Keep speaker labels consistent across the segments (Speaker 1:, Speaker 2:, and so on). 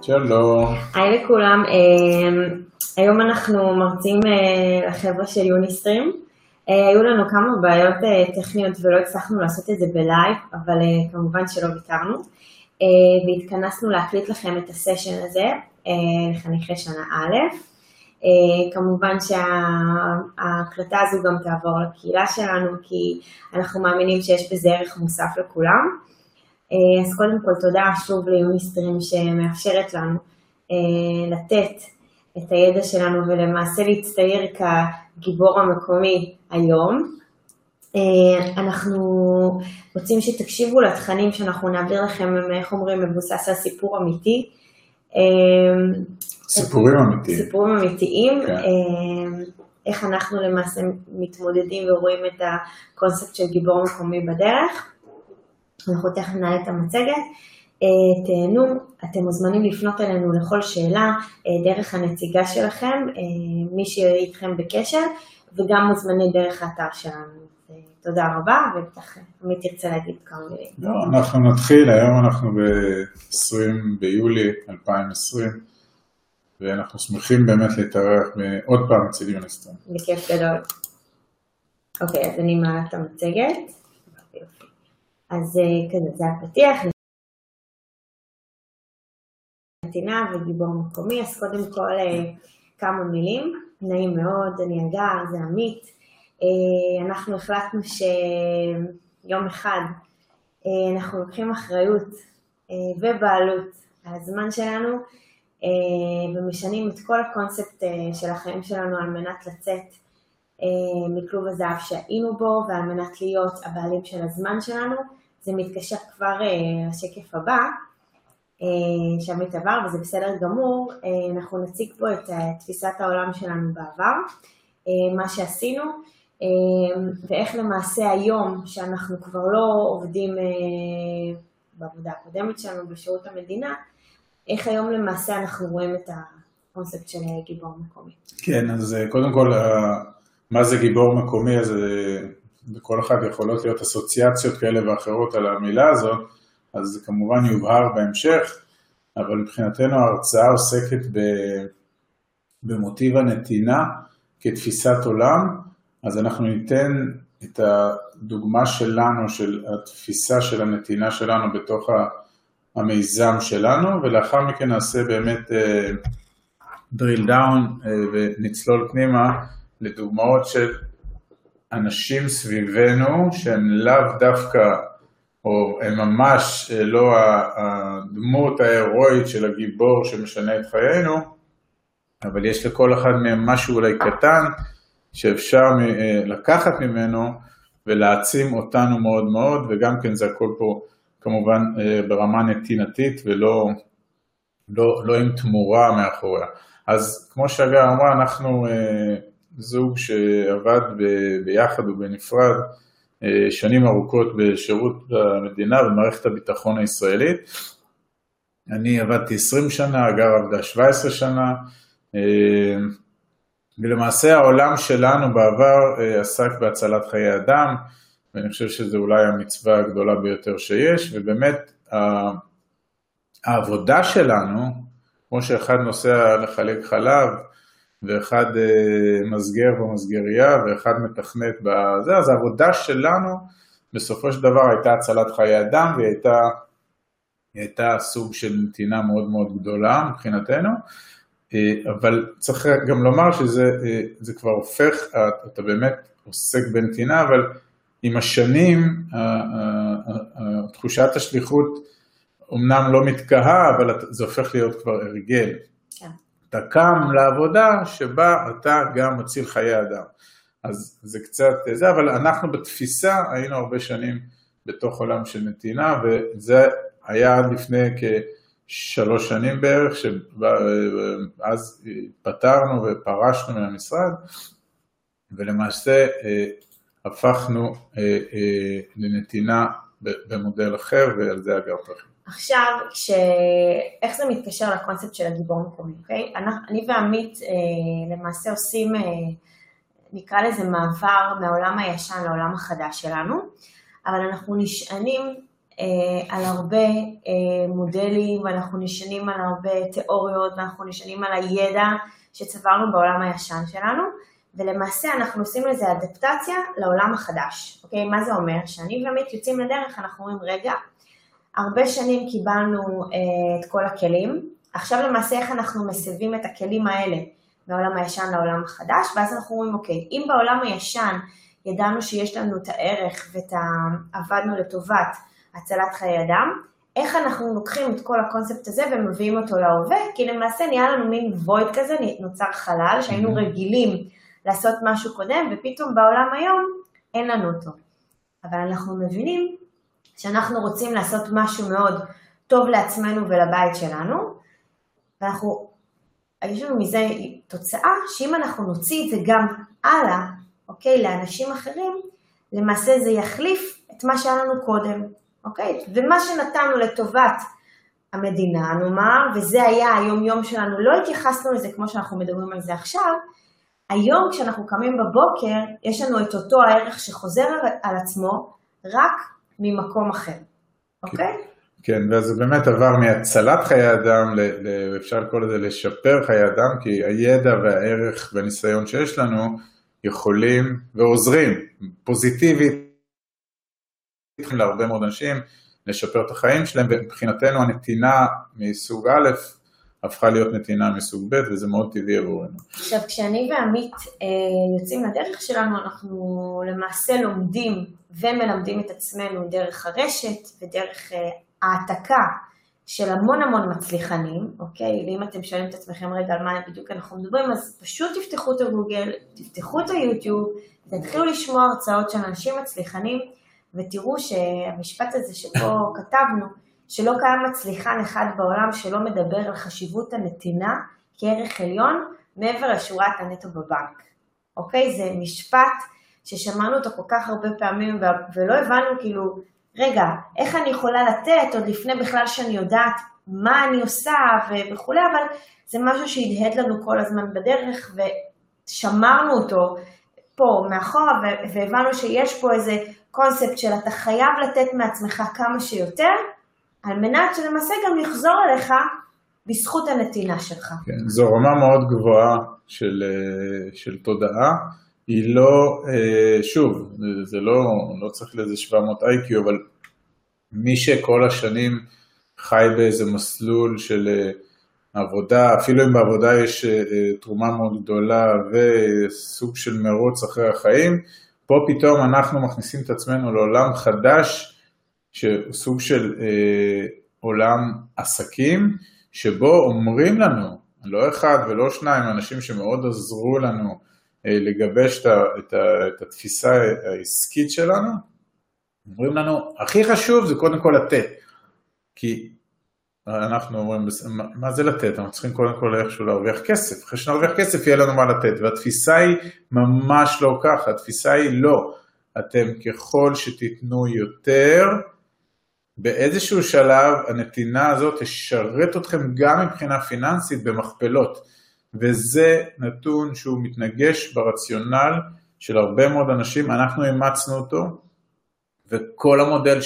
Speaker 1: שלום.
Speaker 2: היי לכולם, היום אנחנו מרצים לחבר'ה של יוניסטרים. היו לנו כמה בעיות טכניות ולא הצלחנו לעשות את זה בלייב, אבל כמובן שלא ויתרנו. והתכנסנו להקליט לכם את הסשן הזה לחניכי שנה א'. כמובן שההקלטה הזו גם תעבור לקהילה שלנו, כי אנחנו מאמינים שיש בזה ערך מוסף לכולם. אז קודם כל תודה שוב ליוניסטרים שמאפשרת לנו לתת את הידע שלנו ולמעשה להצטייר כגיבור המקומי היום. אנחנו רוצים שתקשיבו לתכנים שאנחנו נעביר לכם, איך אומרים, מבוסס על סיפור אמיתי.
Speaker 1: סיפורים אמיתיים.
Speaker 2: סיפורים אמיתיים.
Speaker 1: כן.
Speaker 2: איך אנחנו למעשה מתמודדים ורואים את הקונספט של גיבור מקומי בדרך. אנחנו תכף נעלה את המצגת. תהנו, אתם מוזמנים לפנות אלינו לכל שאלה דרך הנציגה שלכם, מי שיהיה איתכם בקשר, וגם מוזמנים דרך האתר שלנו. תודה רבה, ובטח מי תרצה להגיד כמה מילים.
Speaker 1: לא, אנחנו נתחיל, היום אנחנו ב-20 ביולי 2020, ואנחנו שמחים באמת להתארח עוד פעם אצל יוניסטרים.
Speaker 2: בכיף גדול. אוקיי, אז אני מעלה את המצגת. אז כזה, זה הפתיח. נתינה וגיבור מקומי, אז קודם כל כמה מילים. נעים מאוד, אני אגר, זה עמית. אנחנו החלטנו שיום אחד אנחנו לוקחים אחריות ובעלות על הזמן שלנו, ומשנים את כל הקונספט של החיים שלנו על מנת לצאת מכלוב הזהב שהיינו בו, ועל מנת להיות הבעלים של הזמן שלנו. זה מתקשר כבר לשקף הבא, שעמית עבר, וזה בסדר גמור. אנחנו נציג פה את תפיסת העולם שלנו בעבר, מה שעשינו, ואיך למעשה היום, שאנחנו כבר לא עובדים בעבודה הקודמת שלנו בשירות המדינה, איך היום למעשה אנחנו רואים את הקונספט של גיבור מקומי.
Speaker 1: כן, אז קודם כל, מה זה גיבור מקומי? אז בכל אחד יכולות להיות אסוציאציות כאלה ואחרות על המילה הזאת, אז זה כמובן יובהר בהמשך, אבל מבחינתנו ההרצאה עוסקת במוטיב הנתינה כתפיסת עולם. אז אנחנו ניתן את הדוגמה שלנו, של התפיסה של הנתינה שלנו בתוך המיזם שלנו, ולאחר מכן נעשה באמת drill down ונצלול פנימה לדוגמאות של אנשים סביבנו שהם לאו דווקא, או הם ממש לא הדמות ההירואית של הגיבור שמשנה את חיינו, אבל יש לכל אחד מהם משהו אולי קטן שאפשר לקחת ממנו ולהעצים אותנו מאוד מאוד, וגם כן זה הכל פה כמובן ברמה נתינתית ולא עם תמורה מאחוריה. אז כמו שאגר אמרה, אנחנו זוג שעבד ביחד ובנפרד שנים ארוכות בשירות המדינה במערכת הביטחון הישראלית. אני עבדתי 20 שנה, אגר עבדה 17 שנה, ולמעשה העולם שלנו בעבר עסק בהצלת חיי אדם, ואני חושב שזה אולי המצווה הגדולה ביותר שיש, ובאמת העבודה שלנו, כמו שאחד נוסע לחלק חלב, ואחד מסגר במסגריה, ואחד מתכנת בזה, אז העבודה שלנו בסופו של דבר הייתה הצלת חיי אדם, והיא הייתה סוג של נתינה מאוד מאוד גדולה מבחינתנו, אבל צריך גם לומר שזה כבר הופך, אתה באמת עוסק בנתינה, אבל עם השנים תחושת השליחות אמנם לא מתקהה, אבל זה הופך להיות כבר הרגל. כן. אתה קם לעבודה שבה אתה גם מציל חיי אדם. אז זה קצת זה, אבל אנחנו בתפיסה היינו הרבה שנים בתוך עולם של נתינה, וזה היה עד לפני כ3 שנים בערך, שאז פתרנו ופרשנו מהמשרד, ולמעשה הפכנו לנתינה במודל אחר, ועל זה אגר פרחים.
Speaker 2: עכשיו, איך זה מתקשר לקונספט של הגיבור מקומי, אוקיי? אני ועמית למעשה עושים, נקרא לזה מעבר מהעולם הישן לעולם החדש שלנו, אבל אנחנו נשענים על הרבה מודלים, ואנחנו נשענים על הרבה תיאוריות, ואנחנו נשענים על הידע שצברנו בעולם הישן שלנו, ולמעשה אנחנו עושים לזה אדפטציה לעולם החדש. אוקיי? מה זה אומר? שאני ועמית יוצאים לדרך, אנחנו אומרים, רגע, הרבה שנים קיבלנו את כל הכלים, עכשיו למעשה איך אנחנו מסבים את הכלים האלה מהעולם הישן לעולם החדש, ואז אנחנו אומרים, אוקיי, אם בעולם הישן ידענו שיש לנו את הערך ועבדנו לטובת הצלת חיי אדם, איך אנחנו לוקחים את כל הקונספט הזה ומביאים אותו להווה, כי למעשה נהיה לנו מין וויד כזה, נוצר חלל, שהיינו רגילים לעשות משהו קודם, ופתאום בעולם היום אין לנו אותו. אבל אנחנו מבינים שאנחנו רוצים לעשות משהו מאוד טוב לעצמנו ולבית שלנו, יש לנו מזה תוצאה, שאם אנחנו נוציא את זה גם הלאה, אוקיי, לאנשים אחרים, למעשה זה יחליף את מה שהיה לנו קודם, אוקיי? ומה שנתנו לטובת המדינה, נאמר, וזה היה היום-יום שלנו, לא התייחסנו לזה כמו שאנחנו מדברים על זה עכשיו, היום כשאנחנו קמים בבוקר, יש לנו את אותו הערך שחוזר על עצמו, רק ממקום אחר, אוקיי?
Speaker 1: כן, וזה באמת עבר מהצלת חיי אדם, אפשר לקרוא לזה לשפר חיי אדם, כי הידע והערך והניסיון שיש לנו יכולים ועוזרים פוזיטיבית להרבה מאוד אנשים לשפר את החיים שלהם, ומבחינתנו הנתינה מסוג א' הפכה להיות נתינה מסוג ב', וזה מאוד טבעי עבורנו.
Speaker 2: עכשיו, כשאני ועמית יוצאים לדרך שלנו, אנחנו למעשה לומדים ומלמדים את עצמנו דרך הרשת ודרך העתקה של המון מצליחנים, אוקיי? ואם אתם שואלים את עצמכם רגע על מה בדיוק אנחנו מדברים, אז פשוט תפתחו את הגוגל, תפתחו את היוטיוב, תתחילו לשמוע הרצאות של אנשים מצליחנים, ותראו שהמשפט הזה שפה כתבנו, שלא קיים מצליחן אחד בעולם שלא מדבר על חשיבות הנתינה כערך עליון מעבר לשורת הנטו בבנק. אוקיי? זה משפט ששמענו אותו כל כך הרבה פעמים ולא הבנו כאילו, רגע, איך אני יכולה לתת עוד לפני בכלל שאני יודעת מה אני עושה וכו', אבל זה משהו שהדהד לנו כל הזמן בדרך ושמרנו אותו פה מאחורה והבנו שיש פה איזה קונספט של אתה חייב לתת מעצמך כמה שיותר, על מנת שלמעשה גם יחזור אליך בזכות הנתינה שלך.
Speaker 1: כן, זו רמה מאוד גבוהה של תודעה, היא לא, שוב, זה לא צריך לאיזה 700 IQ, אבל מי שכל השנים חי באיזה מסלול של עבודה, אפילו אם בעבודה יש תרומה מאוד גדולה וסוג של מרוץ אחרי החיים, פה פתאום אנחנו מכניסים את עצמנו לעולם חדש, סוג של עולם עסקים, שבו אומרים לנו, לא אחד ולא שניים, אנשים שמאוד עזרו לנו לגבש את התפיסה העסקית שלנו, אומרים לנו, הכי חשוב זה קודם כל לתת, כי אנחנו אומרים, מה זה לתת? אנחנו צריכים קודם כל איכשהו להרוויח כסף, אחרי שנרוויח כסף יהיה לנו מה לתת, והתפיסה היא ממש לא ככה, התפיסה היא לא, אתם ככל שתיתנו יותר, באיזשהו שלב הנתינה הזאת תשרת אתכם גם מבחינה פיננסית במכפלות, וזה נתון שהוא מתנגש ברציונל של הרבה מאוד אנשים, אנחנו אימצנו אותו, וכל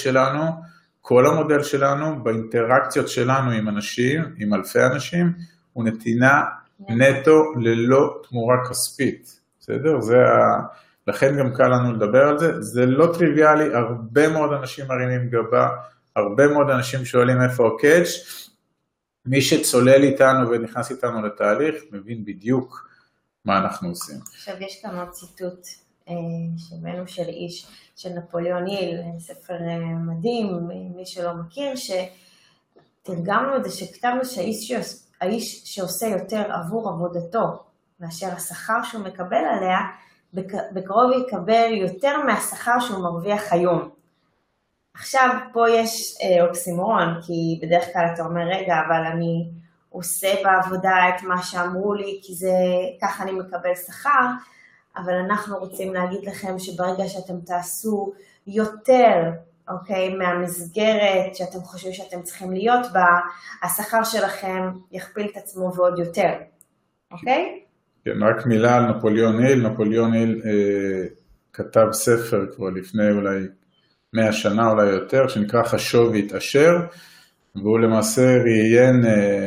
Speaker 1: המודל שלנו באינטראקציות שלנו עם אנשים, עם אלפי אנשים, הוא נתינה נטו ללא תמורה כספית, בסדר? לכן גם קל לנו לדבר על זה, זה לא טריוויאלי, הרבה מאוד אנשים מרימים גבה, הרבה מאוד אנשים שואלים איפה הקאץ', מי שצולל איתנו ונכנס איתנו לתהליך, מבין בדיוק מה אנחנו עושים.
Speaker 2: עכשיו יש כאן עוד ציטוט שבנו של איש, של נפוליאון היל, ספר מדהים, מי שלא מכיר, שתרגמנו את זה, שכתבנו שהאיש שעושה יותר עבור עבודתו, מאשר השכר שהוא מקבל עליה, בקרוב יקבל יותר מהשכר שהוא מרוויח היום. עכשיו פה יש אוקסימורון, כי בדרך כלל אתה אומר, רגע, אבל אני עושה בעבודה את מה שאמרו לי, כי זה ככה אני מקבל שכר, אבל אנחנו רוצים להגיד לכם שברגע שאתם תעשו יותר, אוקיי, מהמסגרת שאתם חושבים שאתם צריכים להיות בה, השכר שלכם יכפיל את עצמו ועוד יותר, אוקיי?
Speaker 1: כן, רק מילה על נפוליאון היל. נפוליאון היל כתב ספר כבר לפני אולי 100 שנה אולי יותר, שנקרא חשוב והתעשר, והוא למעשה ראיין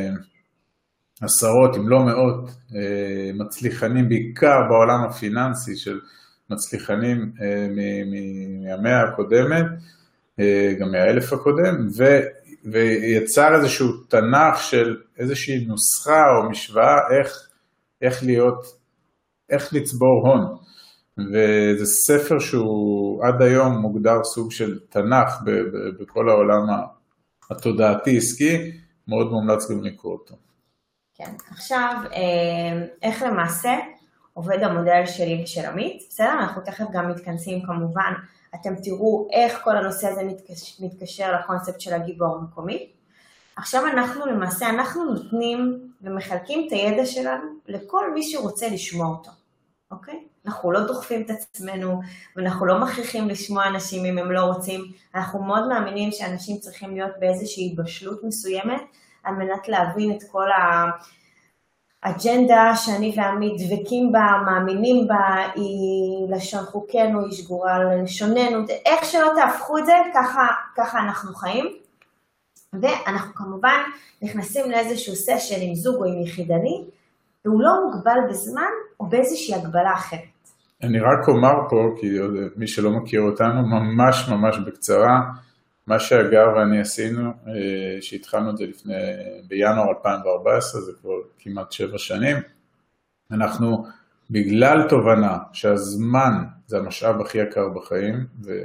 Speaker 1: עשרות אם לא מאות מצליחנים, בעיקר בעולם הפיננסי של מצליחנים מהמאה הקודמת, גם מהאלף הקודם, ויצר איזשהו תנ"ך של איזושהי נוסחה או משוואה איך לצבור הון. וזה ספר שהוא עד היום מוגדר סוג של תנ"ך בכל העולם התודעתי עסקי, מאוד מומלץ גם לקרוא אותו.
Speaker 2: כן, עכשיו איך למעשה עובד המודל שלי ושל עמית, בסדר? אנחנו תכף גם מתכנסים כמובן, אתם תראו איך כל הנושא הזה מתקשר לקונספט של הגיבור המקומי. עכשיו אנחנו נותנים ומחלקים את הידע שלנו לכל מי שרוצה לשמוע אותו, אוקיי? אנחנו לא דוחפים את עצמנו, ואנחנו לא מכריחים לשמוע אנשים אם הם לא רוצים. אנחנו מאוד מאמינים שאנשים צריכים להיות באיזושהי בשלות מסוימת, על מנת להבין את כל האג'נדה שאני ועמית דבקים בה, מאמינים בה, היא לשון חוקנו, היא שגורה לשוננו, איך שלא תהפכו את זה, ככה אנחנו חיים. ואנחנו כמובן נכנסים לאיזשהו סשן עם זוג או עם יחידני, והוא לא מוגבל בזמן או באיזושהי הגבלה אחרת.
Speaker 1: אני רק אומר פה, כי מי שלא מכיר אותנו, ממש בקצרה, מה שאגר ואני עשינו, שהתחלנו את זה בינואר 2014, זה כבר כמעט 7 שנים, אנחנו בגלל תובנה שהזמן זה המשאב הכי יקר בחיים,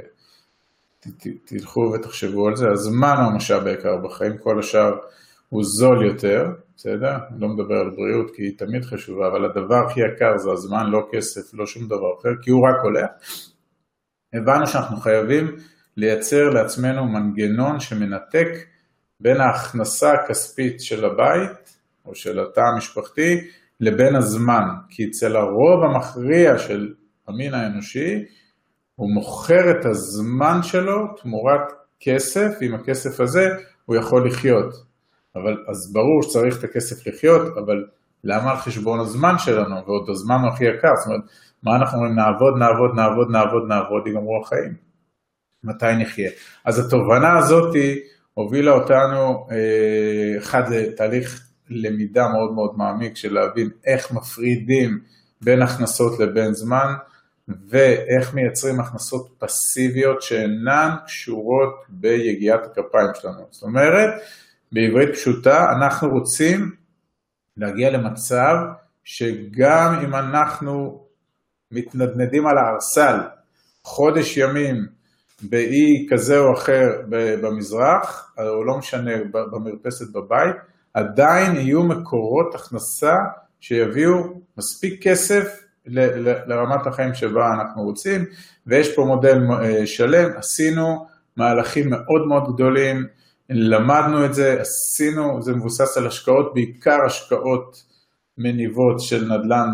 Speaker 1: ותלכו ותחשבו על זה, הזמן הוא המשאב היקר בחיים, כל השאר הוא זול יותר, בסדר? אני לא מדבר על בריאות כי היא תמיד חשובה, אבל הדבר הכי יקר זה הזמן, לא כסף, לא שום דבר אחר, כי הוא רק עולה. הבנו שאנחנו חייבים לייצר לעצמנו מנגנון שמנתק בין ההכנסה הכספית של הבית, או של התא המשפחתי, לבין הזמן. כי אצל הרוב המכריע של המין האנושי, הוא מוכר את הזמן שלו תמורת כסף, ועם הכסף הזה הוא יכול לחיות. אבל אז ברור שצריך את הכסף לחיות, אבל למה על חשבון הזמן שלנו, ועוד הזמן הוא הכי יקר? זאת אומרת, מה אנחנו אומרים? נעבוד, ייגמרו החיים. מתי נחיה? אז התובנה הזאת הובילה אותנו, לתהליך למידה מאוד מאוד מעמיק, של להבין איך מפרידים בין הכנסות לבין זמן, ואיך מייצרים הכנסות פסיביות שאינן קשורות ביגיעת הכפיים שלנו. זאת אומרת, בעברית פשוטה, אנחנו רוצים להגיע למצב שגם אם אנחנו מתנדנדים על הארסל חודש ימים באי כזה או אחר במזרח, או לא משנה במרפסת בבית, עדיין יהיו מקורות הכנסה שיביאו מספיק כסף לרמת החיים שבה אנחנו רוצים, ויש פה מודל שלם, עשינו מהלכים מאוד מאוד גדולים, למדנו את זה, זה מבוסס על השקעות, בעיקר השקעות מניבות של נדל"ן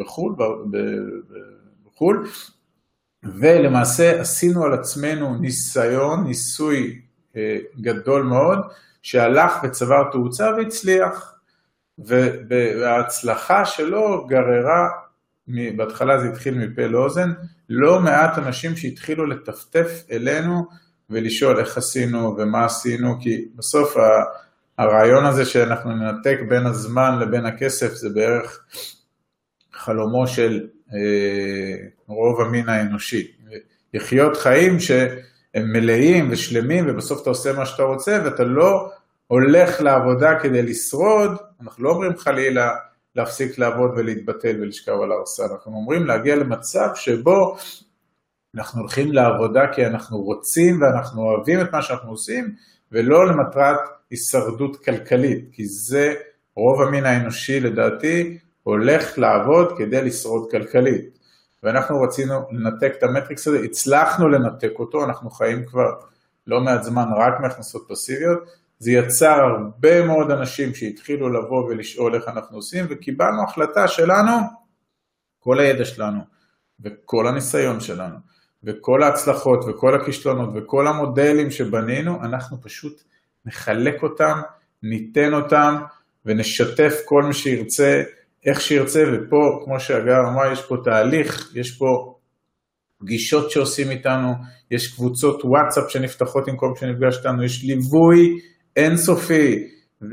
Speaker 1: בחול, ולמעסה עשינו על עצמנו ניסוי גדול מאוד, שהלך וצבר תאוצה והצליח, וההצלחה שלו גררה, בהתחלה זה התחיל מפה לאוזן, לא מעט אנשים שהתחילו לטפטף אלינו, ולשאול איך עשינו ומה עשינו, כי בסוף הרעיון הזה שאנחנו ננתק בין הזמן לבין הכסף, זה בערך חלומו של רוב המין האנושי. לחיות חיים שהם מלאים ושלמים, ובסוף אתה עושה מה שאתה רוצה, ואתה לא הולך לעבודה כדי לשרוד, אנחנו לא אומרים חלילה להפסיק לעבוד ולהתבטל ולשכב על הארסל, אנחנו אומרים להגיע למצב שבו אנחנו הולכים לעבודה כי אנחנו רוצים ואנחנו אוהבים את מה שאנחנו עושים, ולא למטרת הישרדות כלכלית, כי זה רוב המין האנושי לדעתי הולך לעבוד כדי לשרוד כלכלית. ואנחנו רצינו לנתק את המטריקס הזה, הצלחנו לנתק אותו, אנחנו חיים כבר לא מעט זמן רק מהכנסות פסיביות, זה יצר הרבה מאוד אנשים שהתחילו לבוא ולשאול איך אנחנו עושים, וקיבלנו החלטה שלנו, כל הידע שלנו וכל הניסיון שלנו, וכל ההצלחות וכל הכישלונות וכל המודלים שבנינו, אנחנו פשוט נחלק אותם, ניתן אותם ונשתף כל מי שירצה, איך שירצה, ופה כמו שאגר אמרה, יש פה תהליך, יש פה פגישות שעושים איתנו, יש קבוצות וואטסאפ שנפתחות עם כל שנפגש איתנו, יש ליווי אינסופי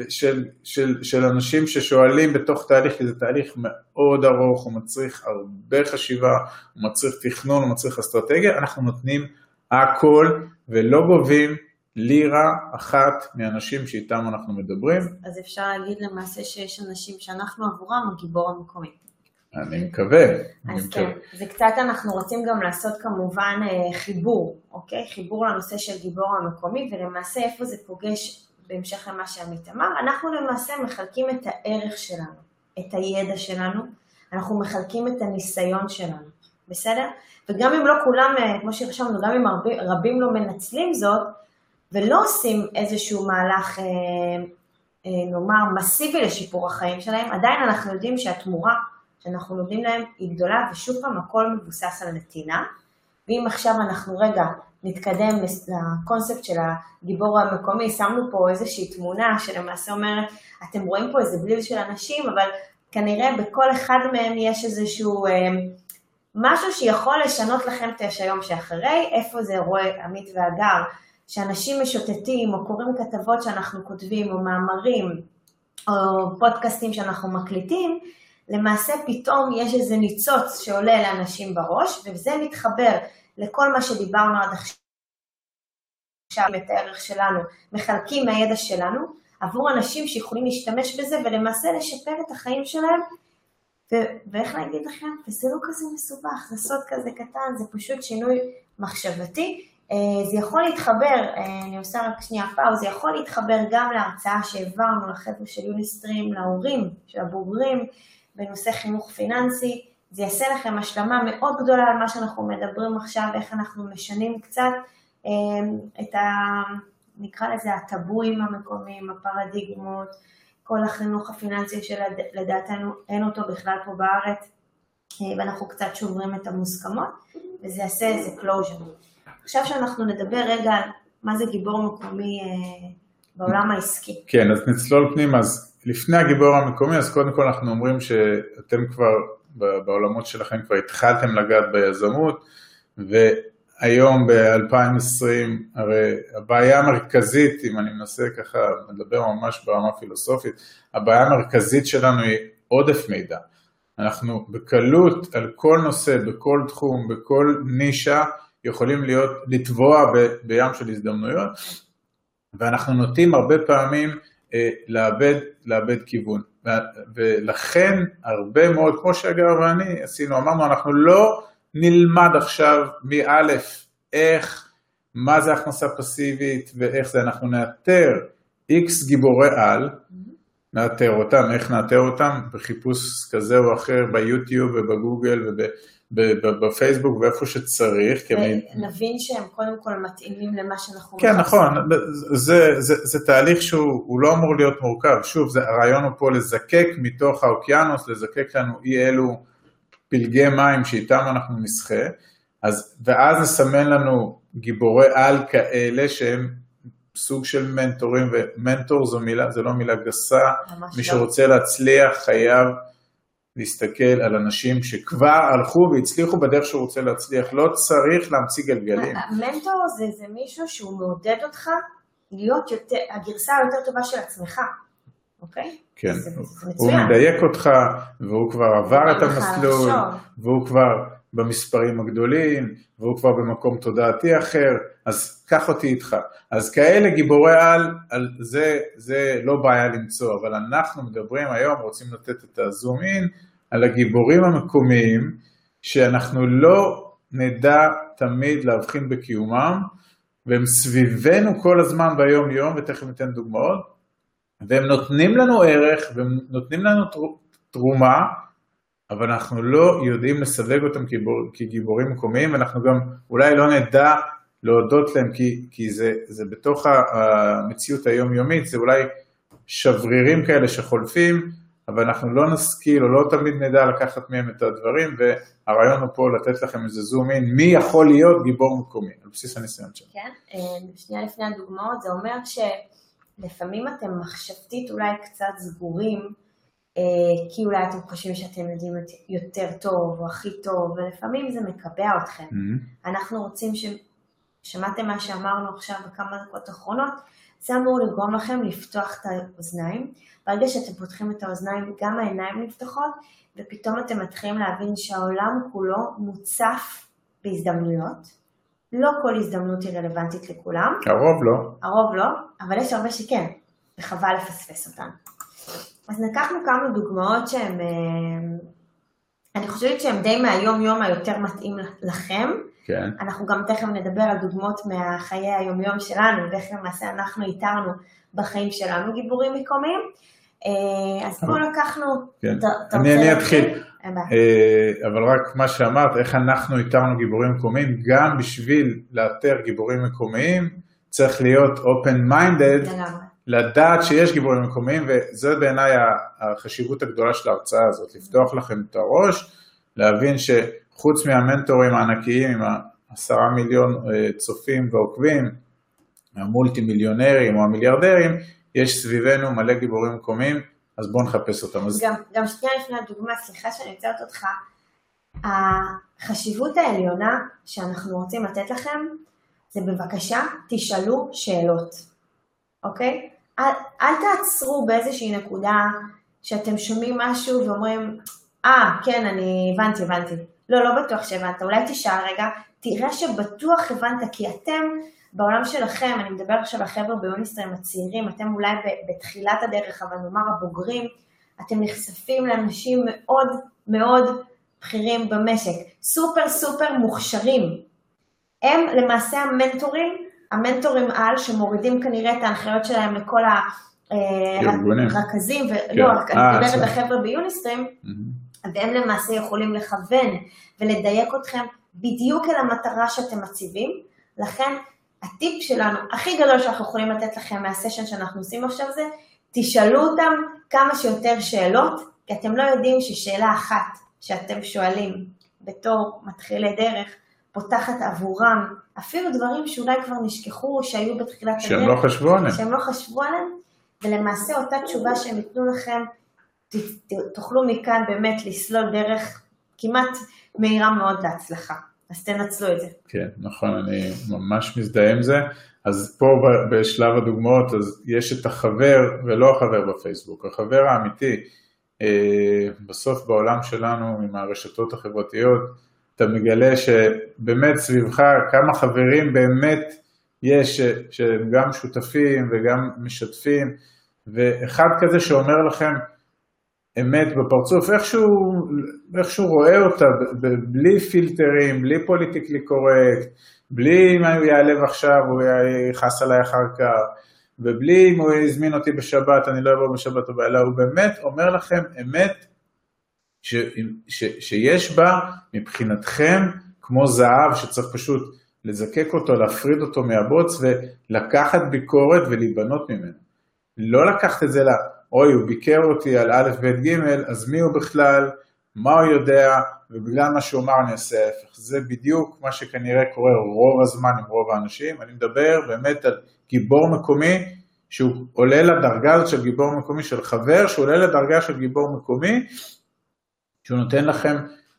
Speaker 1: של אנשים ששואלים בתוך תהליך, כי זה תהליך מאוד ארוך, הוא מצריך הרבה חשיבה, הוא מצריך תכנון, הוא מצריך אסטרטגיה, אנחנו נותנים הכל ולא גובים לירה אחת מאנשים שאיתם אנחנו מדברים.
Speaker 2: אז אפשר להגיד למעשה שיש אנשים שאנחנו עבורם הגיבור המקומי.
Speaker 1: אני מקווה.
Speaker 2: אז כן, זה קצת אנחנו רוצים גם לעשות כמובן חיבור, אוקיי? חיבור לנושא של גיבור המקומי, ולמעשה איפה זה פוגש בהמשך למה שעמית אמר, אנחנו למעשה מחלקים את הערך שלנו, את הידע שלנו, אנחנו מחלקים את הניסיון שלנו, בסדר? וגם אם לא כולם, כמו שרשמנו, גם אם רבים לא מנצלים זאת, ולא עושים איזשהו מהלך, נאמר, מסיבי לשיפור החיים שלהם, עדיין אנחנו יודעים שהתמורה שאנחנו נותנים להם היא גדולה, ושוב פעם הכל מבוסס על נתינה, ואם עכשיו אנחנו רגע נתקדם לקונספט של הגיבור המקומי, שמנו פה איזושהי תמונה שלמעשה אומרת, אתם רואים פה איזה בליל של אנשים, אבל כנראה בכל אחד מהם יש איזשהו משהו שיכול לשנות לכם את היום שאחרי, איפה זה רואה עמית והגר, שאנשים משוטטים או קוראים כתבות שאנחנו כותבים או מאמרים או פודקאסטים שאנחנו מקליטים, למעשה פתאום יש איזה ניצוץ שעולה לאנשים בראש, וזה מתחבר לכל מה שדיברנו עד עכשיו, את הערך שלנו, מחלקים מהידע שלנו, עבור אנשים שיכולים להשתמש בזה, ולמעשה לשפר את החיים שלהם, ואיך להגיד לכם, וזה לא כזה מסובך, זה סוד כזה קטן, זה פשוט שינוי מחשבתי, זה יכול להתחבר, אני עושה רק שנייה פאוז, זה יכול להתחבר גם להרצאה שהעברנו לחבר'ה של יוניסטרים, להורים של הבוגרים, בנושא חינוך פיננסי, זה יעשה לכם השלמה מאוד גדולה על מה שאנחנו מדברים עכשיו, איך אנחנו משנים קצת את נקרא לזה הטבואים המקומיים, הפרדיגמות, כל החינוך הפיננסי שלדעתנו אין אותו בכלל פה בארץ, ואנחנו קצת שוברים את המוסכמות, וזה יעשה איזה closure. עכשיו שאנחנו נדבר רגע על מה זה גיבור מקומי בעולם העסקי.
Speaker 1: כן, אז נצלול פנים, אז לפני הגיבור המקומי, אז קודם כל אנחנו אומרים שאתם כבר בעולמות שלכם כבר התחלתם לגעת ביזמות, והיום ב-2020, הרי הבעיה המרכזית, אם אני מנסה ככה לדבר ממש ברמה פילוסופית, הבעיה המרכזית שלנו היא עודף מידע. אנחנו בקלות על כל נושא, בכל תחום, בכל נישה, יכולים לטבוע בים של הזדמנויות, ואנחנו נוטים הרבה פעמים לאבד כיוון. ולכן הרבה מאוד, כמו שאגר ואני עשינו, אמרנו, אנחנו לא נלמד עכשיו מאלף מה זה הכנסה פסיבית ואיך זה, אנחנו נאתר X גיבורי על, נאתר אותם, איך נאתר אותם? בחיפוש כזה או אחר ביוטיוב ובגוגל בפייסבוק ואיפה שצריך.
Speaker 2: נבין שהם קודם כל מתאימים למה שאנחנו...
Speaker 1: כן, נכון, זה תהליך שהוא לא אמור להיות מורכב. שוב, הרעיון הוא פה לזקק מתוך האוקיינוס, לזקק לנו אי אלו פלגי מים שאיתם אנחנו נשחה, ואז נסמן לנו גיבורי על כאלה שהם סוג של מנטורים, ומנטור זו לא מילה גסה, מי שרוצה להצליח חייב להסתכל על אנשים שכבר הלכו והצליחו בדרך שהוא רוצה להצליח, לא צריך להמציא גלגלים.
Speaker 2: המנטור זה מישהו שהוא מעודד אותך להיות הגרסה היותר טובה של עצמך, אוקיי?
Speaker 1: כן, הוא מדייק אותך, והוא כבר עבר את המסלול, והוא כבר במספרים הגדולים, והוא כבר במקום תודעתי אחר, אז קח אותי איתך. אז כאלה גיבורי על זה לא בעיה למצוא, אבל אנחנו מדברים היום, רוצים לתת את הזום אין, על הגיבורים המקומיים, שאנחנו לא נדע תמיד להבחין בקיומם, והם סביבנו כל הזמן ביום יום, ותכף ניתן דוגמאות, והם נותנים לנו ערך, והם נותנים לנו תרומה, אבל אנחנו לא יודעים לסווג אותם כגיבורים מקומיים, ואנחנו גם אולי לא נדע להודות להם, כי זה בתוך המציאות היומיומית, זה אולי שברירים כאלה שחולפים, אבל אנחנו לא נשכיל או לא תמיד נדע לקחת מהם את הדברים, והרעיון הוא פה לתת לכם איזה זום אין, מי יכול להיות גיבור מקומי, על בסיס הניסיון שלנו.
Speaker 2: כן, שנייה לפני הדוגמאות, זה אומר שלפעמים אתם מחשבתית אולי קצת סגורים, כי אולי אתם חושבים שאתם יודעים יותר טוב או הכי טוב, ולפעמים זה מקבע אתכם. אנחנו רוצים שמעתם מה שאמרנו עכשיו בכמה דקות האחרונות, זה אמור לגרום לכם לפתוח את האוזניים. ברגע שאתם פותחים את האוזניים, גם העיניים נפתחות, ופתאום אתם מתחילים להבין שהעולם כולו מוצף בהזדמנויות. לא כל הזדמנות היא רלוונטית לכולם.
Speaker 1: הרוב לא.
Speaker 2: הרוב לא, אבל יש הרבה שכן, וחבל לפספס אותן. אז לקחנו כמה דוגמאות שהן, אני חושבת שהן די מהיום-יום היותר מתאים לכם.
Speaker 1: כן.
Speaker 2: אנחנו גם תכף נדבר על דוגמאות מהחיי היום-יום שלנו, ואיך למעשה אנחנו איתרנו בחיים שלנו גיבורים מקומיים. אז פה לקחנו...
Speaker 1: כן. אני אתחיל. אבל רק מה שאמרת, איך אנחנו איתרנו גיבורים מקומיים, גם בשביל לאתר גיבורים מקומיים, צריך להיות open-minded, לדעת שיש גיבורים מקומיים, וזה בעיניי החשיבות הגדולה של ההרצאה הזאת, לפתוח לכם את הראש, להבין שחוץ מהמנטורים הענקיים, עם 10 מיליון צופים ועוקבים, המולטי מיליונרים או המיליארדרים, יש סביבנו מלא גיבורים מקומיים, אז בואו נחפש אותם.
Speaker 2: גם שנייה לפני הדוגמה, סליחה שאני יוצאת אותך, החשיבות העליונה שאנחנו רוצים לתת לכם, זה בבקשה תשאלו שאלות, אוקיי? אל תעצרו באיזושהי נקודה שאתם שומעים משהו ואומרים, כן, אני הבנתי. לא בטוח שהבנת, אולי תשאל רגע, תראה שבטוח הבנת, כי אתם בעולם שלכם, אני מדבר עכשיו על חבר'ה ביוניסטרים הצעירים, אתם אולי בתחילת הדרך, אבל נאמר הבוגרים, אתם נחשפים לאנשים מאוד מאוד בכירים במשק, סופר מוכשרים. הם למעשה המנטורים על שמורידים כנראה את ההנחיות שלהם לכל הרכזים, ולא, אני מדברת בחבר'ה ביוניסטרים, והם למעשה יכולים לכוון ולדייק אתכם בדיוק אל המטרה שאתם מציבים, לכן הטיפ שלנו, הכי גדול שאנחנו יכולים לתת לכם מהסשן שאנחנו עושים עכשיו זה, תשאלו אותם כמה שיותר שאלות, כי אתם לא יודעים ששאלה אחת שאתם שואלים בתור מתחילי דרך, פותחת עבורם, אפילו דברים שאולי כבר נשכחו, שהיו בתחילת הדרך. שהם לא חשבו עליהם, ולמעשה אותה תשובה שהם ייתנו לכם, תוכלו מכאן באמת לסלול דרך כמעט מהירה מאוד להצלחה. אז תנצלו את זה.
Speaker 1: כן, נכון, אני ממש מזדהה עם זה. אז פה בשלב הדוגמאות, אז יש את החבר ולא החבר בפייסבוק. החבר האמיתי, בסוף בעולם שלנו עם הרשתות החברתיות, אתה מגלה שבאמת סביבך כמה חברים באמת יש שהם גם שותפים וגם משתפים, ואחד כזה שאומר לכם אמת בפרצוף, איכשהו רואה אותה, בלי פילטרים, בלי פוליטיקלי קורקט, בלי אם הוא יעלב עכשיו, הוא יחס עליי אחר כך, ובלי אם הוא יזמין אותי בשבת, אני לא אבוא בשבת או בעלה, הוא באמת אומר לכם אמת, שיש בה מבחינתכם כמו זהב שצריך פשוט לזקק אותו, להפריד אותו מהבוץ ולקחת ביקורת ולהיבנות ממנו. לא לקחת את זה אוי, הוא ביקר אותי על א' ב' ג', אז מי הוא בכלל, מה הוא יודע, ובגלל מה שהוא אמר אני אעשה ההפך. זה בדיוק מה שכנראה קורה רוב הזמן עם רוב האנשים. אני מדבר באמת על גיבור מקומי, שהוא עולה לדרגה הזאת של גיבור מקומי, של חבר, שהוא עולה לדרגה של גיבור מקומי, שהוא נותן לכם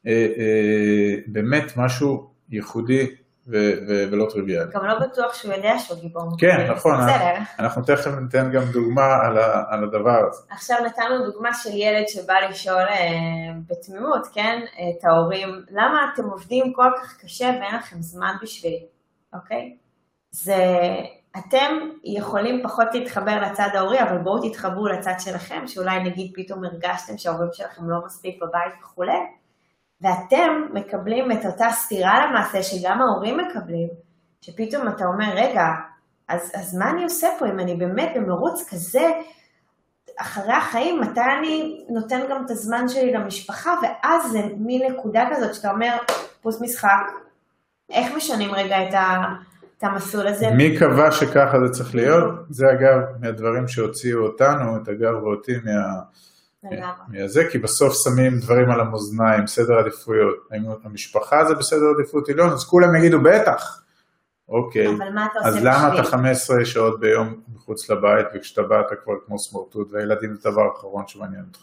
Speaker 1: באמת משהו ייחודי ולא טריוויאלי.
Speaker 2: גם לא בטוח שהוא יודע שהוא גיבור מקומי.
Speaker 1: כן, נכון. אנחנו תכף ניתן גם דוגמה על הדבר הזה.
Speaker 2: עכשיו נתנו דוגמה של ילד שבא לשאול בתמימות, כן, את ההורים, למה אתם עובדים כל כך קשה ואין לכם זמן בשבילי, אוקיי? אתם יכולים פחות להתחבר לצד ההורי, אבל בואו תתחברו לצד שלכם, שאולי נגיד פתאום הרגשתם שההורים שלכם לא מספיק בבית וכו'. ואתם מקבלים את אותה סתירה למעשה שגם ההורים מקבלים, שפתאום אתה אומר, רגע, אז מה אני עושה פה אם אני באמת במרוץ כזה, אחרי החיים, מתי אני נותן גם את הזמן שלי למשפחה, ואז זה מין נקודה כזאת שאתה אומר, פוס משחק, איך משנים רגע את המסלול הזה?
Speaker 1: מי קבע שככה זה צריך להיות? זה אגב מהדברים שהוציאו אותנו, את אגב ואותי מהזה, כי בסוף שמים דברים על המאזניים, סדר עדיפויות. המשפחה זה בסדר עדיפות עליון, אז כולם יגידו בטח. אוקיי,
Speaker 2: אבל מה אתה עושה
Speaker 1: אז למה
Speaker 2: בשביל?
Speaker 1: אתה 15 שעות ביום מחוץ לבית, וכשאתה בא אתה כבר כמו סמרטוט, והילדים זה דבר האחרון שמעניין אותך?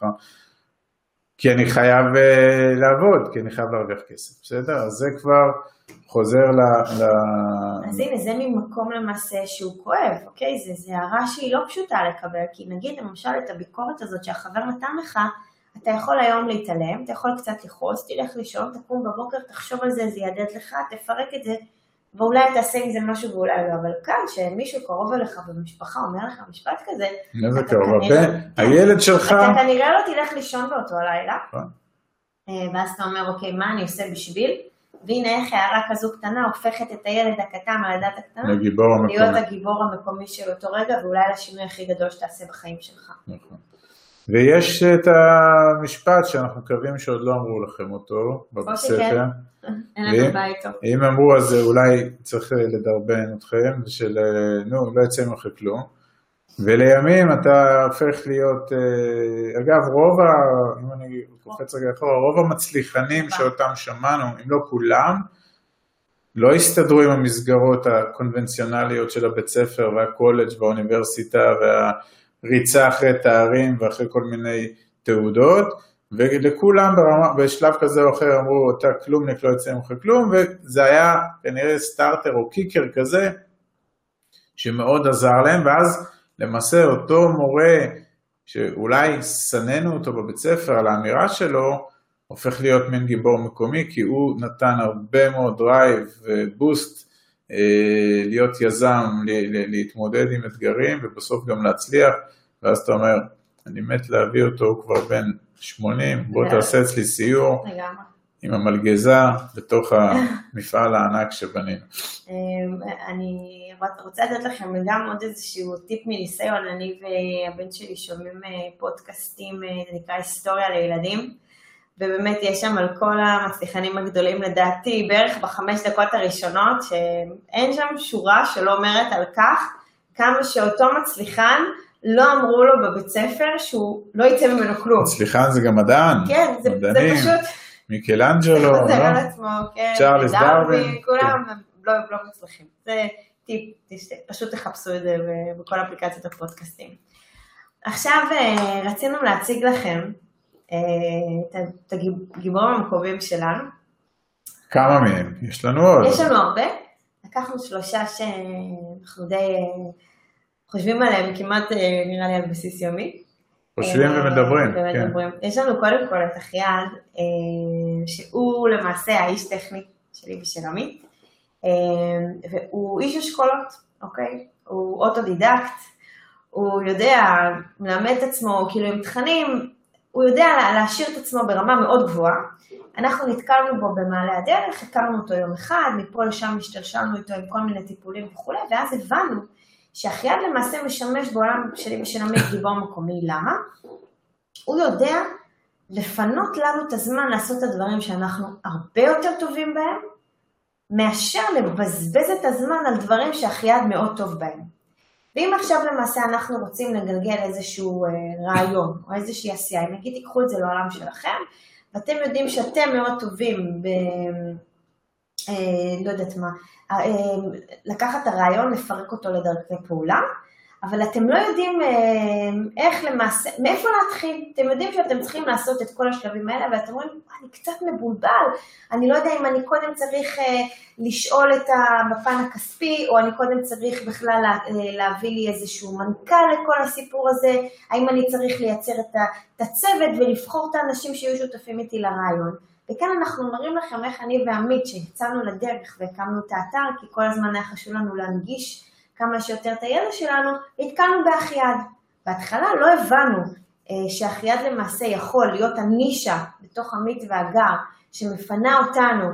Speaker 1: כי אני חייב לעבוד, כי אני חייב להרוויח כסף, בסדר? אז זה כבר חוזר
Speaker 2: אז הנה, זה ממקום למעשה שהוא כואב, אוקיי? זה הערה שהיא לא פשוטה לקבל, כי נגיד למשל את הביקורת הזאת שהחבר נתן לך, אתה יכול היום להתעלם, אתה יכול קצת לחוץ, תלך לישון, תקום בבוקר, תחשוב על זה, זה יעדד לך, תפרק את זה, ואולי תעשה עם זה משהו ואולי לא, אבל כאן שמישהו קרוב אליך במשפחה אומר לך משפט כזה,
Speaker 1: זה קרוב, הילד שלך,
Speaker 2: אתה כנראה לא תלך לישון באותו הלילה, ואז אתה אומר, אוקיי, מה אני עושה בשביל? והנה איך הערה כזו קטנה הופכת את הילד הקטן על הדת הקטנה, להיות הגיבור המקומי של אותו רגע, ואולי לשינוי הכי גדול שתעשה בחיים שלך.
Speaker 1: נכון. ויש את המשפט שאנחנו מקווים שעוד לא אמרו לכם אותו בספר.
Speaker 2: אין לנו בעיה איתו.
Speaker 1: אם אמרו אז אולי צריך לדרבן אתכם, של לא יצא ממך כלום. ולימים אתה הופך להיות, אגב אם אני קופץ רגע אחורה, רוב המצליחנים שאותם שמענו, אם לא כולם, לא הסתדרו עם המסגרות הקונבנציונליות של הבית ספר והקולג' והאוניברסיטה ריצה אחרי תארים ואחרי כל מיני תעודות, ולכולם בשלב כזה או אחר אמרו, אותה כלומניק לא יצא ממך כלום, וזה היה כנראה סטארטר או קיקר כזה, שמאוד עזר להם, ואז למעשה אותו מורה, שאולי סננו אותו בבית ספר על האמירה שלו, הופך להיות מין גיבור מקומי, כי הוא נתן הרבה מאוד דרייב ובוסט, להיות יזם, להתמודד עם אתגרים, ובסוף גם להצליח, ואז אתה אומר, אני מת להביא אותו, הוא כבר בן 80, בוא תעשה אצלי סיור, עם המלגזה, בתוך המפעל הענק שבנינו.
Speaker 2: אני רוצה לתת לכם גם עוד איזשהו טיפ מניסיון, אני והבן שלי שומעים פודקאסטים, זה נקרא היסטוריה לילדים, ובאמת יש שם על כל המצליחנים הגדולים לדעתי, בערך ב5 דקות הראשונות, שאין שם שורה שלא אומרת על כך, כמה שאותו מצליחן לא אמרו לו בבית ספר שהוא לא יצא ממנו כלום.
Speaker 1: מצליחן זה גם מדען.
Speaker 2: כן, זה פשוט...
Speaker 1: מיקלאנג'לו,
Speaker 2: זה על עצמו, כן.
Speaker 1: צ'ארלס דרווין.
Speaker 2: כולם לא מצליחים. זה טיפ, פשוט תחפשו את זה בכל אפליקציות הפודקאסטים. עכשיו רצינו להציג לכם את הגיבורים המקומיים שלנו.
Speaker 1: כמה מהם? יש לנו עוד.
Speaker 2: יש לנו הרבה. לקחנו 3 שאנחנו די חושבים עליהם כמעט נראה לי על בסיס יומי.
Speaker 1: חושבים ומדברים.
Speaker 2: כן. יש לנו קודם כל את אחיעד, שהוא למעשה האיש טכני שלי ושל עמית, והוא איש אשכולות, אוקיי? הוא אוטודידקט, הוא יודע מלמד את עצמו, כאילו עם תכנים, הוא יודע להשאיר את עצמו ברמה מאוד גבוהה. אנחנו נתקלנו בו במעלה הדרך, הכרנו אותו יום אחד, מפה לשם השתלשלנו איתו עם כל מיני טיפולים וכו', ואז הבנו שאחיעד למעשה משמש בעולם שלי ושל עמית גיבור מקומי. למה? הוא יודע לפנות לנו את הזמן לעשות את הדברים שאנחנו הרבה יותר טובים בהם, מאשר לבזבז את הזמן על דברים שאחיעד מאוד טוב בהם. ואם עכשיו למעשה אנחנו רוצים לגלגל איזשהו רעיון או איזושהי עשייה, אם נגיד תיקחו את זה לעולם שלכם, ואתם יודעים שאתם מאוד טובים לא יודעת מה, לקחת את הרעיון, לפרק אותו לדרכי פעולה, אבל אתם לא יודעים איך למעשה, מאיפה להתחיל. אתם יודעים שאתם צריכים לעשות את כל השלבים האלה, ואתם אומרים, אני קצת מבולבל, אני לא יודע אם אני קודם צריך לשאול בפן הכספי, או אני קודם צריך בכלל להביא לי איזשהו מנכ"ל לכל הסיפור הזה, האם אני צריך לייצר את הצוות ולבחור את האנשים שיהיו שותפים איתי לרעיון. וכאן אנחנו מראים לכם איך אני ועמית שיצאנו לדרך והקמנו את האתר, כי כל הזמן היה חשוב לנו להנגיש כמה שיותר את הידע שלנו, התקלנו באחיעד. בהתחלה לא הבנו שאחיעד למעשה יכול להיות הנישה בתוך עמית והגר, שמפנה אותנו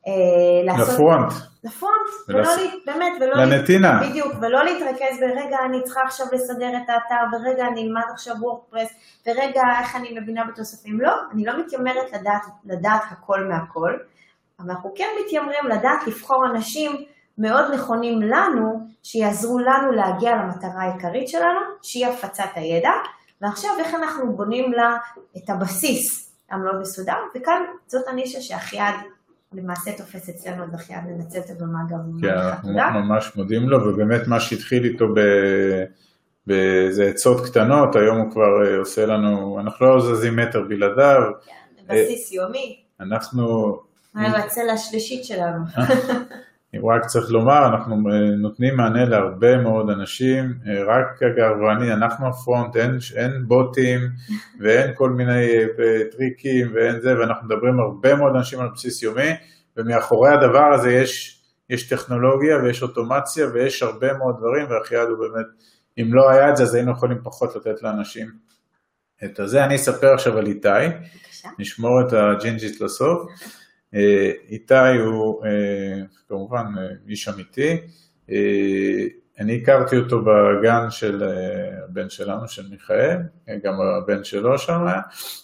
Speaker 2: לפרונט, באמת,
Speaker 1: לנתינה.
Speaker 2: בדיוק, ולא להתרכז ברגע אני צריכה עכשיו לסדר את האתר, ברגע אני אלמד עכשיו וורדפרס, ברגע איך אני מבינה בתוספים. לא, אני לא מתיימרת לדעת הכל מהכל, אבל אנחנו כן מתיימרים לדעת לבחור אנשים מאוד נכונים לנו, שיעזרו לנו להגיע למטרה העיקרית שלנו, שהיא הפצת הידע, ועכשיו איך אנחנו בונים לה את הבסיס המאוד מסודר, וכאן זאת הנישה שאחיעד למעשה תופס אצלנו, אז חייב לנצל את הבמה גם.
Speaker 1: כן, אנחנו ממש מודים לו, ובאמת מה שהתחיל איתו באיזה עצות קטנות, היום הוא כבר עושה לנו, אנחנו לא זזים מטר בלעדיו.
Speaker 2: כן, בסיס יומי.
Speaker 1: אנחנו...
Speaker 2: הצלע השלישית שלנו.
Speaker 1: רק צריך לומר, אנחנו נותנים מענה להרבה מאוד אנשים, רק אגב, אנחנו הפרונט, אין בוטים ואין כל מיני טריקים ואין זה, ואנחנו מדברים הרבה מאוד אנשים על בסיס יומי, ומאחורי הדבר הזה יש טכנולוגיה ויש אוטומציה ויש הרבה מאוד דברים, והחייד הוא באמת, אם לא היה את זה, אז היינו יכולים פחות לתת לאנשים את הזה. אני אספר עכשיו על איתי, נשמור את הג'ינג'ית לסוף. איתי הוא כמובן איש אמיתי, אני הכרתי אותו בגן של הבן שלנו, של מיכאל, גם הבן שלו שם היה,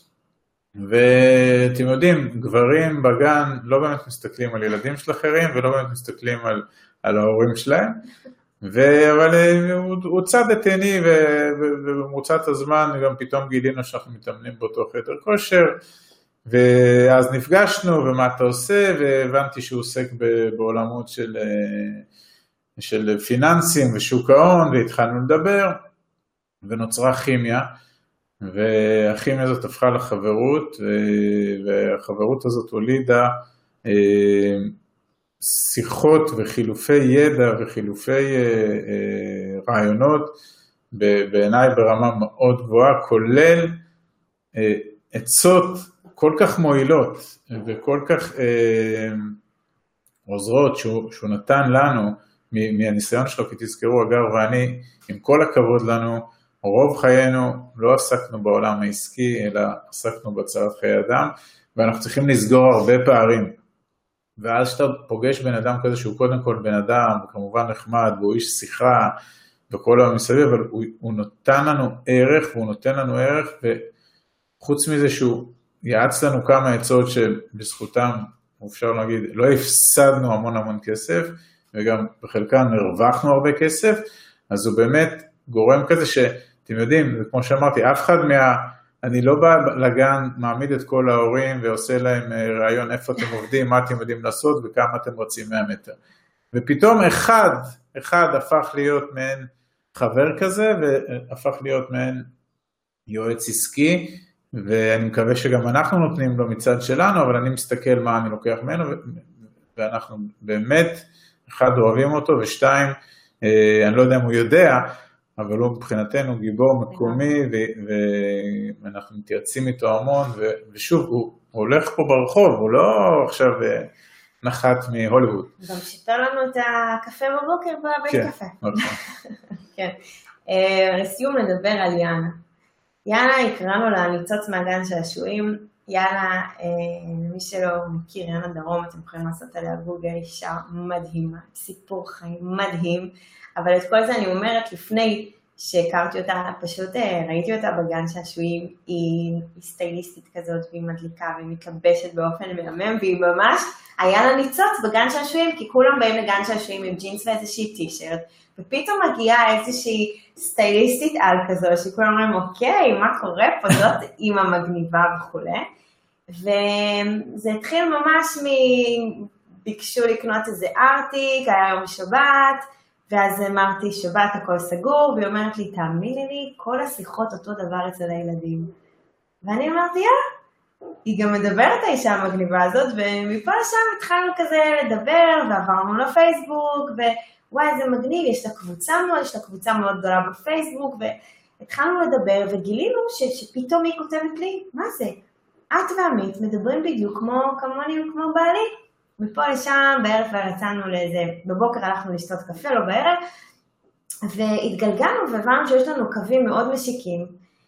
Speaker 1: ואתם יודעים, גברים בגן לא באמת מסתכלים על ילדים של אחרים, ולא באמת מסתכלים על ההורים שלהם, אבל הוא צד את עיני, ובמרוצת הזמן גם פתאום גילינו שאנחנו מתאמנים באותו חדר כושר, ואז נפגשנו, ומה אתה עושה, והבנתי שהוא עוסק בעולמות של פיננסים ושוק ההון, והתחלנו לדבר, ונוצרה כימיה, והכימיה הזאת הפכה לחברות, והחברות הזאת הולידה שיחות וחילופי ידע וחילופי רעיונות, בעיניי ברמה מאוד גבוהה, כולל עצות כל כך מועילות וכל כך עוזרות שהוא נתן לנו מהניסיון שלו, כי תזכרו, אגר ואני, עם כל הכבוד לנו, רוב חיינו לא עסקנו בעולם העסקי, אלא עסקנו בהצלת חיי אדם, ואנחנו צריכים לסגור הרבה פערים. ואז שאתה פוגש בן אדם כזה שהוא קודם כל בן אדם, וכמובן נחמד, והוא איש שיחה, וכל היום מסביב, אבל הוא נותן לנו ערך, והוא נותן לנו ערך, וחוץ מזה שהוא יעץ לנו כמה עצות שבזכותם, אפשר להגיד, לא הפסדנו המון כסף, וגם בחלקם הרווחנו הרבה כסף, אז הוא באמת גורם כזה שאתם יודעים, וכמו שאמרתי, אף אחד אני לא בא לגן, מעמיד את כל ההורים ועושה להם רעיון איפה אתם עובדים, מה אתם יודעים לעשות וכמה אתם רוצים 100 מטר. ופתאום אחד הפך להיות מעין חבר כזה, והפך להיות מעין יועץ עסקי, ואני מקווה שגם אנחנו נותנים לו מצד שלנו, אבל אני מסתכל מה אני לוקח ממנו, ואנחנו באמת, אחד אוהבים אותו, ושתיים, אני לא יודע אם הוא יודע, אבל הוא מבחינתנו גיבור מקומי, ואנחנו מתייעצים איתו המון, ושוב, הוא הולך פה ברחוב, הוא לא עכשיו נחת מהוליווד.
Speaker 2: גם שיפר לנו את הקפה בבוקר בבית קפה. כן. לסיום נדבר על יאנה. יאנה, הקראנו לה ניצוץ מהגן של השעועים. יאנה, מי שלא מכיר, יאנה דרום, אתם יכולים לעשות עליה גוגל, אישה מדהימה, סיפור חיים מדהים, אבל את כל זה אני אומרת לפני שהכרתי אותה, פשוט ראיתי אותה בגן שעשועים, היא סטייליסטית כזאת, והיא מדליקה, והיא מתלבשת באופן מהמם, והיא ממש, היה לה ניצוץ בגן שעשועים, כי כולם באים לגן שעשועים עם ג'ינס ואיזושהי טישרט, ופתאום מגיעה איזושהי סטייליסטית על כזו, שכולם אומרים, אוקיי, מה קורה פה, זאת אימא מגניבה וכו'. וזה התחיל ממש ביקשו לקנות איזה ארטיק, היה יום שבת, ואז אמרתי, שבת הכל סגור, והיא אומרת לי, תאמיני לי, כל השיחות אותו דבר אצל הילדים. ואני אמרתי, היא גם מדברת האישה המגניבה הזאת, ומפה לשם התחלנו כזה לדבר, ועברנו לפייסבוק, ווואי, זה מגניב, יש לה קבוצה מאוד גדולה בפייסבוק, והתחלנו לדבר, וגילינו שפתאום היא כותבת לי, מה זה? את ועמית מדברים בדיוק כמוני וכמו בעלי. מפה לשם, בערב יצאנו לאיזה, בבוקר הלכנו לשתות קפה, לא בערב, והתגלגלנו והבנו שיש לנו קווים מאוד משיקים.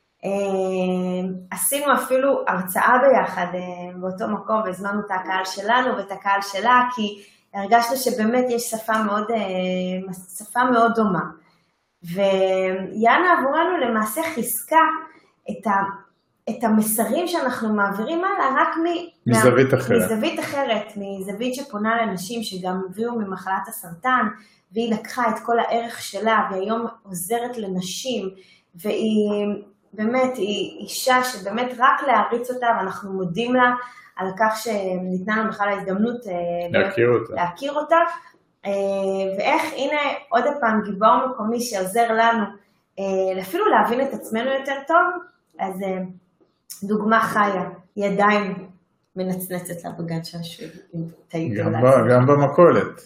Speaker 2: עשינו אפילו הרצאה ביחד באותו מקום, והזמנו את הקהל שלנו ואת הקהל שלה, כי הרגשנו שבאמת יש שפה מאוד דומה. ויאנה עבורנו למעשה חיזקה את המסרים שאנחנו מעבירים הלאה, רק מזווית אחרת, מזווית שפונה לאנשים שגם הביאו ממחלת הסרטן, והיא לקחה את כל הערך שלה, והיום עוזרת לנשים, והיא באמת, היא אישה שבאמת רק להריץ אותה, ואנחנו מודים לה על כך שניתנה לנו בכלל ההזדמנות להכיר אותה. ואיך, הנה עוד פעם, גיבור מקומי שעוזר לנו, אפילו להבין את עצמנו יותר טוב, אז דוגמה חיה, היא עדיין מנצנצת לה בגן שעשועים.
Speaker 1: גם במכולת.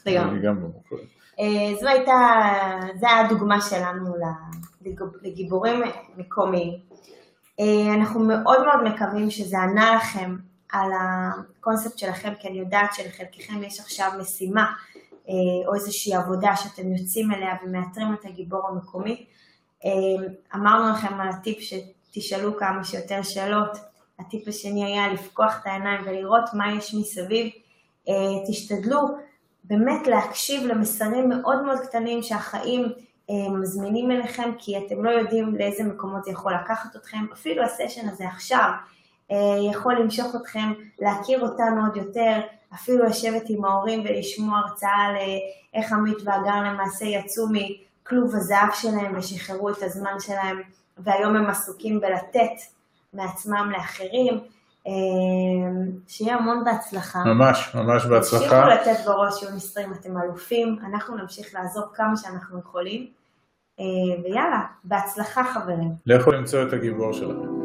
Speaker 2: זו הדוגמה שלנו לגיבורים מקומיים. אנחנו מאוד מאוד מקווים שזה ענה לכם על הקונספט שלכם, כי אני יודעת שלחלקכם יש עכשיו משימה, או איזושהי עבודה שאתם יוצאים אליה ומאתרים את הגיבור המקומי. אמרנו לכם על הטיפ שתשאלו כמה שיותר שאלות. הטיפ השני היה לפקוח את העיניים ולראות מה יש מסביב. תשתדלו באמת להקשיב למסרים מאוד מאוד קטנים שהחיים מזמינים אליכם, כי אתם לא יודעים לאיזה מקומות זה יכול לקחת אתכם. אפילו הסשן הזה עכשיו יכול למשוך אתכם, להכיר אותנו עוד יותר, אפילו לשבת עם ההורים ולשמוע הרצאה על איך עמית והגר למעשה יצאו מכלוב הזהב שלהם ושחררו את הזמן שלהם, והיום הם עסוקים בלתת מעצמם לאחרים. שיהיה המון בהצלחה.
Speaker 1: ממש בהצלחה.
Speaker 2: תמשיכו לתת בראש יוניסטרים, אתם אלופים, אנחנו נמשיך לעזור כמה שאנחנו יכולים, ויאללה, בהצלחה חברים.
Speaker 1: לכו למצוא את הגיבור שלכם.